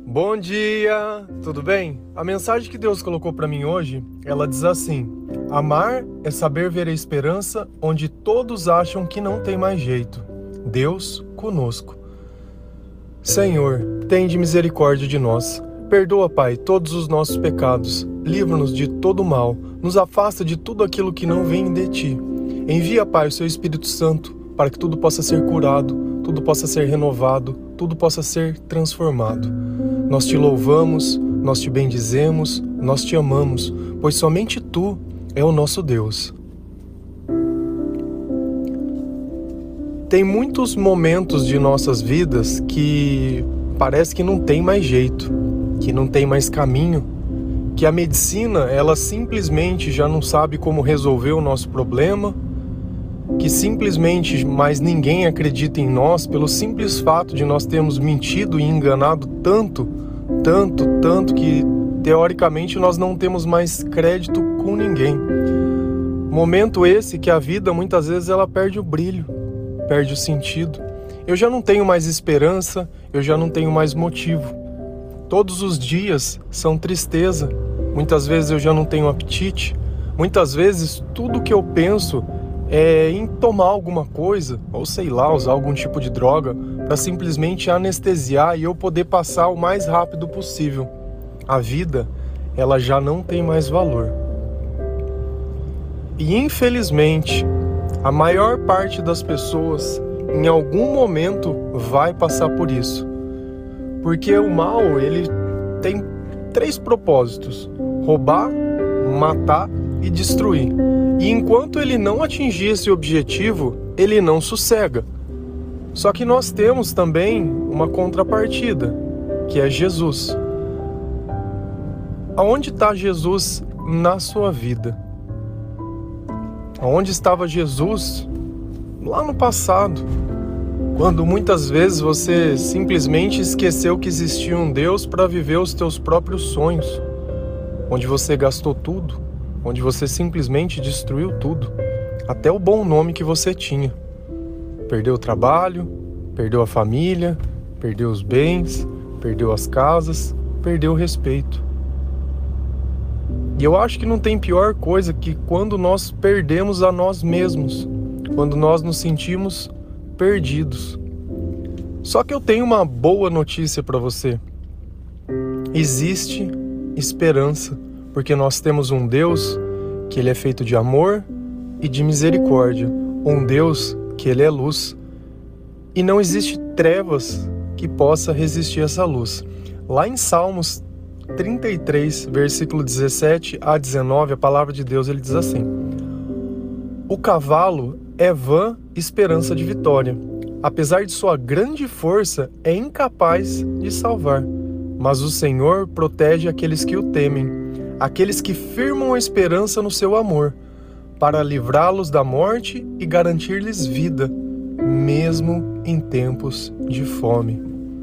Bom dia, tudo bem? A mensagem que Deus colocou para mim hoje, ela diz assim: amar é saber ver a esperança onde todos acham que não tem mais jeito. Deus conosco. Senhor, tende misericórdia de nós. Perdoa, Pai, todos os nossos pecados. Livra-nos de todo mal. Nos afasta de tudo aquilo que não vem de Ti. Envia, Pai, o Seu Espírito Santo para que tudo possa ser curado, tudo possa ser renovado, tudo possa ser transformado. Nós Te louvamos, nós Te bendizemos, nós Te amamos, pois somente Tu é o nosso Deus. Tem muitos momentos de nossas vidas que parece que não tem mais jeito, que não tem mais caminho, que a medicina, ela simplesmente já não sabe como resolver o nosso problema, que simplesmente mais ninguém acredita em nós pelo simples fato de nós termos mentido e enganado tanto que teoricamente nós não temos mais crédito com ninguém. Momento esse que a vida muitas vezes ela perde o brilho, perde o sentido. Eu já não tenho mais esperança, eu já não tenho mais motivo. Todos os dias são tristeza, muitas vezes eu já não tenho apetite, muitas vezes tudo que eu penso é em tomar alguma coisa, ou sei lá, usar algum tipo de droga para simplesmente anestesiar e eu poder passar o mais rápido possível. A vida, ela já não tem mais valor. E infelizmente, a maior parte das pessoas em algum momento vai passar por isso. Porque o mal, ele tem 3 propósitos: roubar, matar e destruir. E enquanto ele não atingir esse objetivo, ele não sossega. Só que nós temos também uma contrapartida, que é Jesus. Aonde está Jesus na sua vida? Aonde estava Jesus lá no passado? Quando muitas vezes você simplesmente esqueceu que existia um Deus para viver os teus próprios sonhos. Onde você gastou tudo. Onde você simplesmente destruiu tudo, até o bom nome que você tinha. Perdeu o trabalho, perdeu a família, perdeu os bens, perdeu as casas, perdeu o respeito. E eu acho que não tem pior coisa que quando nós perdemos a nós mesmos, quando nós nos sentimos perdidos. Só que eu tenho uma boa notícia para você. Existe esperança. Porque nós temos um Deus que Ele é feito de amor e de misericórdia. Um Deus que Ele é luz. E não existe trevas que possa resistir a essa luz. Lá em Salmos 33, versículo 17 a 19, a palavra de Deus ele diz assim: o cavalo é vã esperança de vitória. Apesar de sua grande força, é incapaz de salvar. Mas o Senhor protege aqueles que o temem. Aqueles que firmam a esperança no seu amor, para livrá-los da morte e garantir-lhes vida, mesmo em tempos de fome.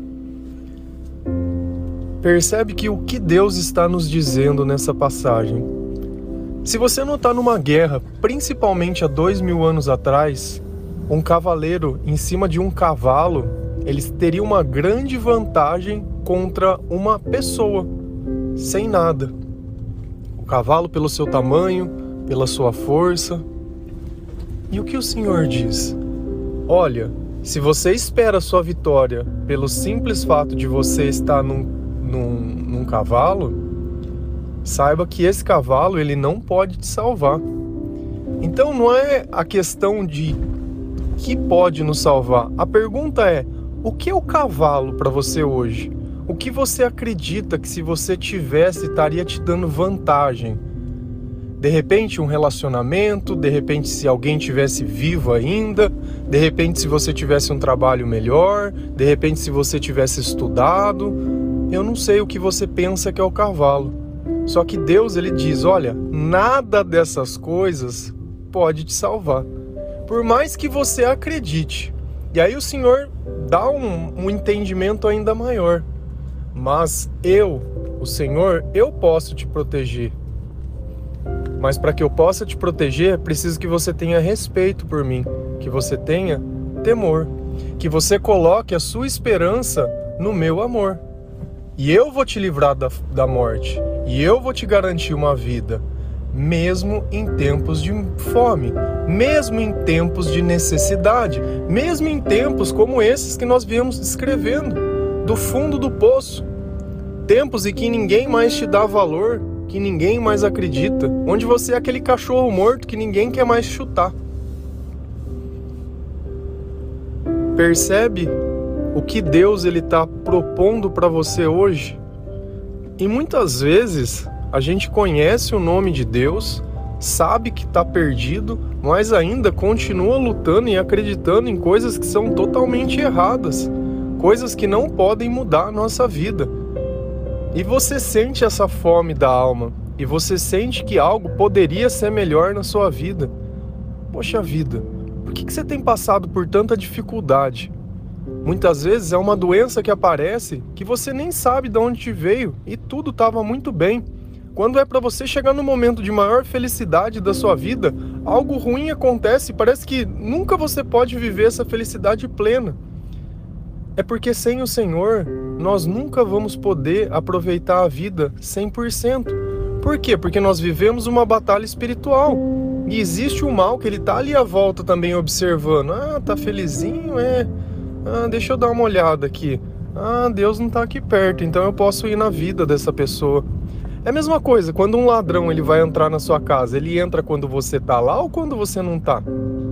Percebe que o que Deus está nos dizendo nessa passagem? Se você não está numa guerra, principalmente há 2000 anos atrás, um cavaleiro em cima de um cavalo, eles teriam uma grande vantagem contra uma pessoa, sem nada. O cavalo pelo seu tamanho, pela sua força. E o que o Senhor diz? Olha, se você espera a sua vitória pelo simples fato de você estar num cavalo, saiba que esse cavalo ele não pode te salvar. Então não é a questão de que pode nos salvar. A pergunta é: o que é o cavalo para você hoje? O que você acredita que se você tivesse estaria te dando vantagem? De repente um relacionamento, de repente se alguém tivesse vivo ainda, de repente se você tivesse um trabalho melhor, de repente se você tivesse estudado. Eu não sei o que você pensa que é o cavalo. Só que Deus ele diz: olha, nada dessas coisas pode te salvar. Por mais que você acredite. E aí o Senhor dá um entendimento ainda maior. Mas o Senhor, eu posso te proteger. Mas para que eu possa te proteger, é preciso que você tenha respeito por mim, que você tenha temor, que você coloque a sua esperança no meu amor. E eu vou te livrar da morte. E eu vou te garantir uma vida, mesmo em tempos de fome, mesmo em tempos de necessidade, mesmo em tempos como esses que nós viemos descrevendo, do fundo do poço. Tempos em que ninguém mais te dá valor, que ninguém mais acredita, onde você é aquele cachorro morto que ninguém quer mais chutar. Percebe o que Deus está propondo para você hoje? E muitas vezes a gente conhece o nome de Deus, sabe que está perdido, mas ainda continua lutando e acreditando em coisas que são totalmente erradas, coisas que não podem mudar a nossa vida. E você sente essa fome da alma, e você sente que algo poderia ser melhor na sua vida. Poxa vida, por que você tem passado por tanta dificuldade? Muitas vezes é uma doença que aparece que você nem sabe de onde te veio e tudo estava muito bem. Quando é para você chegar no momento de maior felicidade da sua vida, algo ruim acontece e parece que nunca você pode viver essa felicidade plena. É porque sem o Senhor, nós nunca vamos poder aproveitar a vida 100%. Por quê? Porque nós vivemos uma batalha espiritual. E existe o mal que ele está ali à volta também observando. Tá felizinho, deixa eu dar uma olhada aqui. Deus não está aqui perto, então eu posso ir na vida dessa pessoa. É a mesma coisa, quando um ladrão ele vai entrar na sua casa, ele entra quando você está lá ou quando você não está?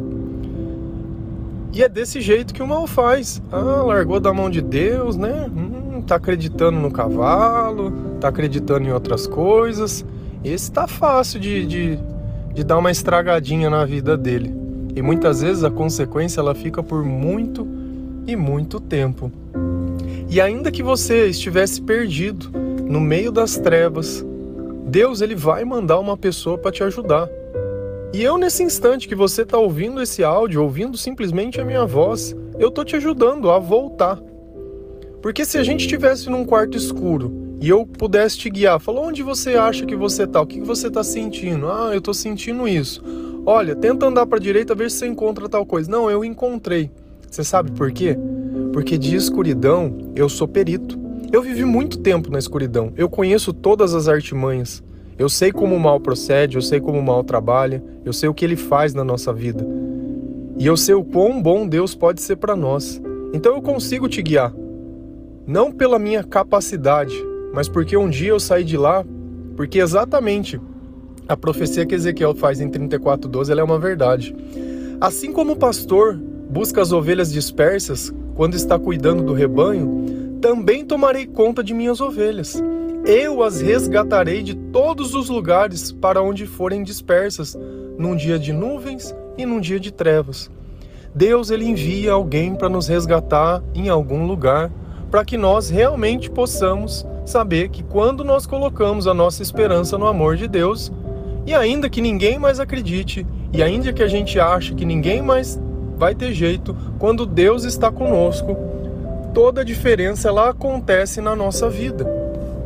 E é desse jeito que o mal faz. Largou da mão de Deus, né? Tá acreditando no cavalo, tá acreditando em outras coisas. Esse tá fácil de dar uma estragadinha na vida dele. E muitas vezes a consequência ela fica por muito e muito tempo. E ainda que você estivesse perdido no meio das trevas, Deus ele vai mandar uma pessoa para te ajudar. E eu, nesse instante que você está ouvindo esse áudio, ouvindo simplesmente a minha voz, eu estou te ajudando a voltar. Porque se a gente estivesse num quarto escuro e eu pudesse te guiar, falar onde você acha que você está, o que você está sentindo? Eu estou sentindo isso. Olha, tenta andar para a direita, ver se você encontra tal coisa. Não, eu encontrei. Você sabe por quê? Porque de escuridão eu sou perito. Eu vivi muito tempo na escuridão. Eu conheço todas as artimanhas. Eu sei como o mal procede, eu sei como o mal trabalha, eu sei o que ele faz na nossa vida. E eu sei o quão bom Deus pode ser para nós. Então eu consigo te guiar. Não pela minha capacidade, mas porque um dia eu saí de lá, porque exatamente a profecia que Ezequiel faz em 34:12, ela é uma verdade. Assim como o pastor busca as ovelhas dispersas quando está cuidando do rebanho, também tomarei conta de minhas ovelhas. Eu as resgatarei de todos os lugares para onde forem dispersas, num dia de nuvens e num dia de trevas. Deus ele envia alguém para nos resgatar em algum lugar, para que nós realmente possamos saber que quando nós colocamos a nossa esperança no amor de Deus, e ainda que ninguém mais acredite, e ainda que a gente ache que ninguém mais vai ter jeito, quando Deus está conosco, toda a diferença ela acontece na nossa vida.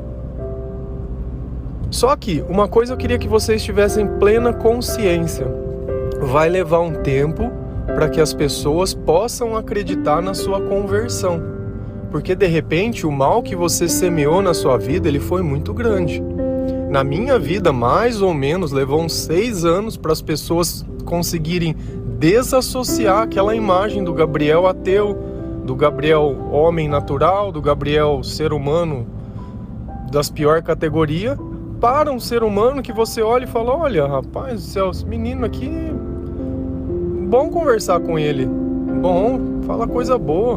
Só que uma coisa eu queria que vocês tivessem plena consciência. Vai levar um tempo para que as pessoas possam acreditar na sua conversão. Porque de repente o mal que você semeou na sua vida ele foi muito grande. Na minha vida, mais ou menos, levou uns 6 anos para as pessoas conseguirem desassociar aquela imagem do Gabriel ateu, do Gabriel homem natural, do Gabriel ser humano das pior categoria, para um ser humano que você olha e fala, olha, rapaz do céu, esse menino aqui, bom conversar com ele, bom, fala coisa boa.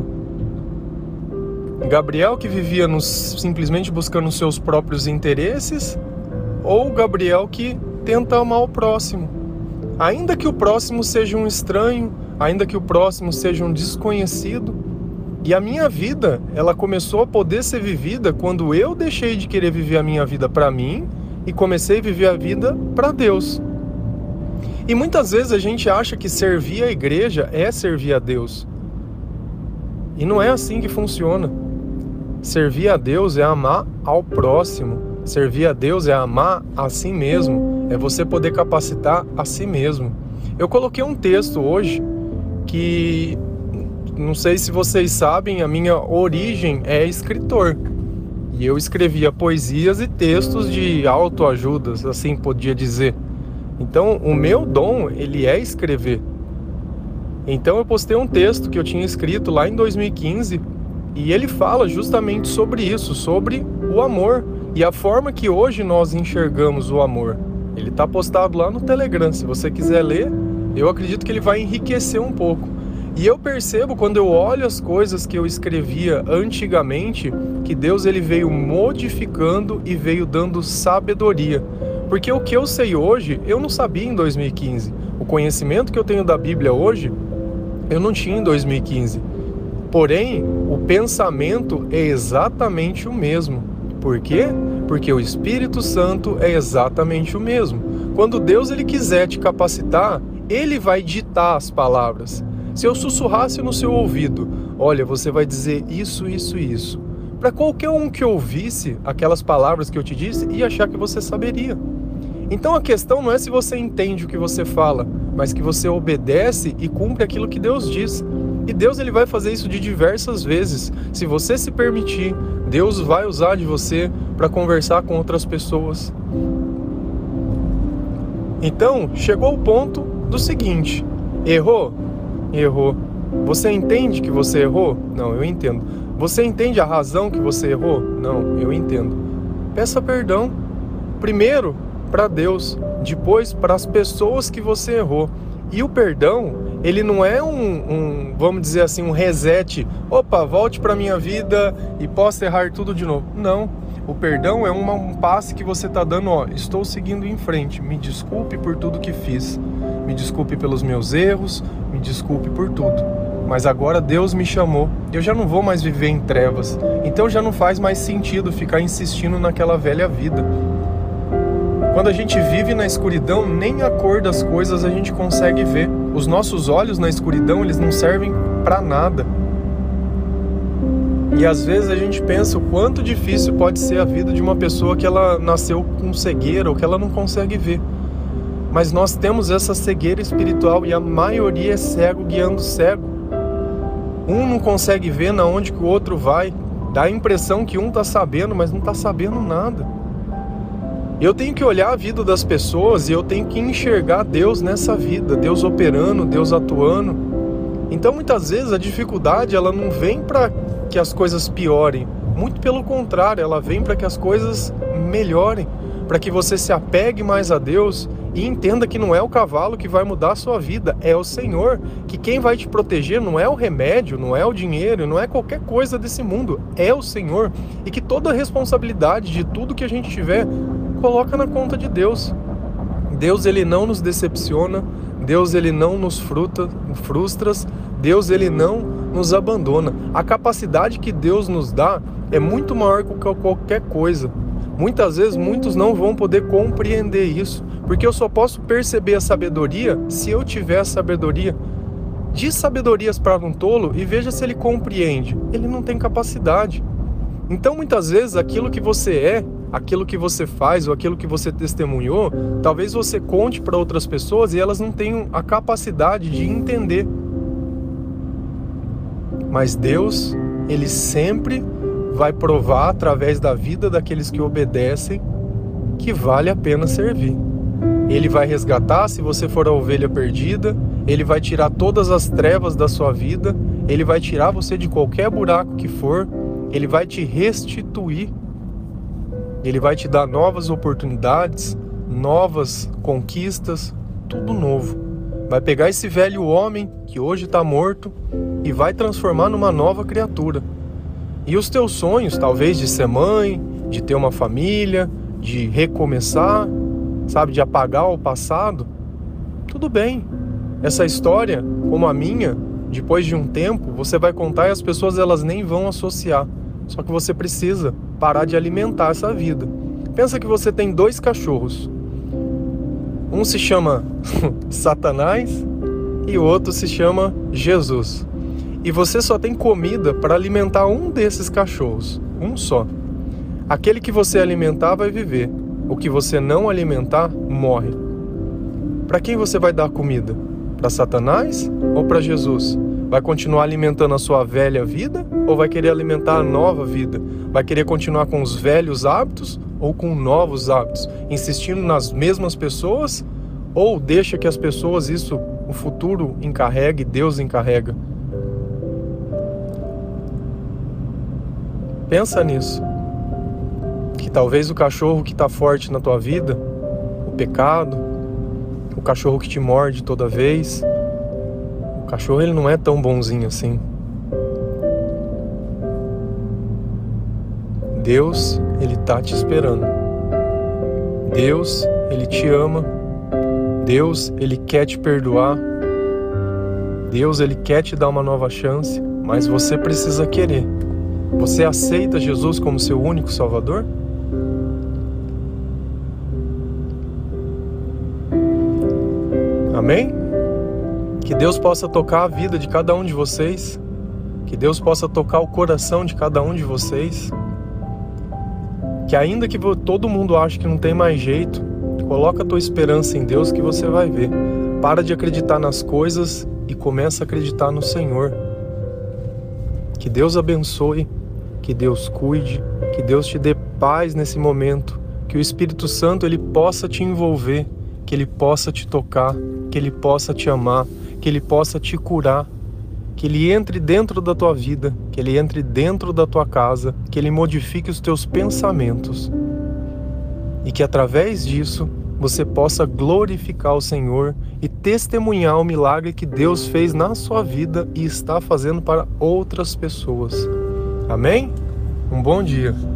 Gabriel que vivia simplesmente buscando os seus próprios interesses, ou Gabriel que tenta amar o próximo. Ainda que o próximo seja um estranho, ainda que o próximo seja um desconhecido. E a minha vida, ela começou a poder ser vivida quando eu deixei de querer viver a minha vida para mim e comecei a viver a vida para Deus. E muitas vezes a gente acha que servir a igreja é servir a Deus. E não é assim que funciona. Servir a Deus é amar ao próximo. Servir a Deus é amar a si mesmo. É você poder capacitar a si mesmo. Eu coloquei um texto hoje que... não sei se vocês sabem, a minha origem é escritor. E eu escrevia poesias e textos de autoajudas, assim podia dizer. Então, o meu dom, ele é escrever. Então, eu postei um texto que eu tinha escrito lá em 2015 e ele fala justamente sobre isso, sobre o amor e a forma que hoje nós enxergamos o amor. Ele está postado lá no Telegram, se você quiser ler, eu acredito que ele vai enriquecer um pouco. E eu percebo, quando eu olho as coisas que eu escrevia antigamente, que Deus ele veio modificando e veio dando sabedoria. Porque o que eu sei hoje, eu não sabia em 2015. O conhecimento que eu tenho da Bíblia hoje, eu não tinha em 2015. Porém, o pensamento é exatamente o mesmo. Por quê? Porque o Espírito Santo é exatamente o mesmo. Quando Deus ele quiser te capacitar, ele vai ditar as palavras. Se eu sussurrasse no seu ouvido, olha, você vai dizer isso, isso e isso. Para qualquer um que ouvisse aquelas palavras que eu te disse, ia achar que você saberia. Então a questão não é se você entende o que você fala, mas que você obedece e cumpre aquilo que Deus diz. E Deus ele vai fazer isso de diversas vezes. Se você se permitir, Deus vai usar de você para conversar com outras pessoas. Então, chegou o ponto do seguinte: errou? Errou. Você entende que você errou? Não, eu entendo. Você entende a razão que você errou? Não, eu entendo. Peça perdão. Primeiro para Deus, depois para as pessoas que você errou. E o perdão, ele não é vamos dizer assim, um reset. Opa, volte para minha vida e posso errar tudo de novo. Não. O perdão é um passe que você está dando, ó, estou seguindo em frente, me desculpe por tudo que fiz, me desculpe pelos meus erros, me desculpe por tudo. Mas agora Deus me chamou, eu já não vou mais viver em trevas, então já não faz mais sentido ficar insistindo naquela velha vida. Quando a gente vive na escuridão, nem a cor das coisas a gente consegue ver. Os nossos olhos na escuridão, eles não servem para nada. E às vezes a gente pensa o quanto difícil pode ser a vida de uma pessoa que ela nasceu com cegueira ou que ela não consegue ver. Mas nós temos essa cegueira espiritual e a maioria é cego guiando cego. Um não consegue ver na onde que o outro vai. Dá a impressão que um está sabendo, mas não está sabendo nada. Eu tenho que olhar a vida das pessoas e eu tenho que enxergar Deus nessa vida, Deus operando, Deus atuando. Então muitas vezes a dificuldade ela não vem para que as coisas piorem, muito pelo contrário, ela vem para que as coisas melhorem, para que você se apegue mais a Deus e entenda que não é o cavalo que vai mudar a sua vida, é o Senhor, que quem vai te proteger não é o remédio, não é o dinheiro, não é qualquer coisa desse mundo, é o Senhor, e que toda a responsabilidade de tudo que a gente tiver, coloca na conta de Deus. Deus ele não nos decepciona, Deus ele não nos frustra, Deus ele não nos abandona. A capacidade que Deus nos dá é muito maior que qualquer coisa. Muitas vezes muitos não vão poder compreender isso, porque eu só posso perceber a sabedoria se eu tiver a sabedoria. Diz sabedorias para um tolo e veja se ele compreende. Ele não tem capacidade. Então muitas vezes aquilo que você é, aquilo que você faz ou aquilo que você testemunhou, talvez você conte para outras pessoas e elas não tenham a capacidade de entender. Mas Deus, ele sempre vai provar através da vida daqueles que obedecem que vale a pena servir. Ele vai resgatar se você for a ovelha perdida, ele vai tirar todas as trevas da sua vida, ele vai tirar você de qualquer buraco que for, ele vai te restituir. Ele vai te dar novas oportunidades, novas conquistas, tudo novo. Vai pegar esse velho homem que hoje está morto e vai transformar numa nova criatura. E os teus sonhos, talvez de ser mãe, de ter uma família, de recomeçar, sabe, de apagar o passado, tudo bem. Essa história, como a minha, depois de um tempo, você vai contar e as pessoas elas nem vão associar. Só que você precisa parar de alimentar essa vida. Pensa que você tem 2 cachorros. Um se chama Satanás e o outro se chama Jesus. E você só tem comida para alimentar um desses cachorros. Um só. Aquele que você alimentar vai viver. O que você não alimentar, morre. Para quem você vai dar comida? Para Satanás ou para Jesus? Vai continuar alimentando a sua velha vida ou vai querer alimentar a nova vida? Vai querer continuar com os velhos hábitos ou com novos hábitos? Insistindo nas mesmas pessoas ou deixa que as pessoas, o futuro encarregue, Deus encarrega? Pensa nisso. Que talvez o cachorro que está forte na tua vida, o pecado, o cachorro que te morde toda vez, o cachorro ele não é tão bonzinho assim. Deus, ele tá te esperando. Deus, ele te ama. Deus, ele quer te perdoar. Deus, ele quer te dar uma nova chance, mas você precisa querer. Você aceita Jesus como seu único Salvador? Amém? Que Deus possa tocar a vida de cada um de vocês. Que Deus possa tocar o coração de cada um de vocês. Que ainda que todo mundo ache que não tem mais jeito, coloca a tua esperança em Deus que você vai ver. Para de acreditar nas coisas e começa a acreditar no Senhor. Que Deus abençoe, que Deus cuide, que Deus te dê paz nesse momento, que o Espírito Santo ele possa te envolver, que ele possa te tocar, que ele possa te amar, que ele possa te curar, que ele entre dentro da tua vida, que ele entre dentro da tua casa, que ele modifique os teus pensamentos e que através disso você possa glorificar o Senhor e testemunhar o milagre que Deus fez na sua vida e está fazendo para outras pessoas. Amém? Um bom dia.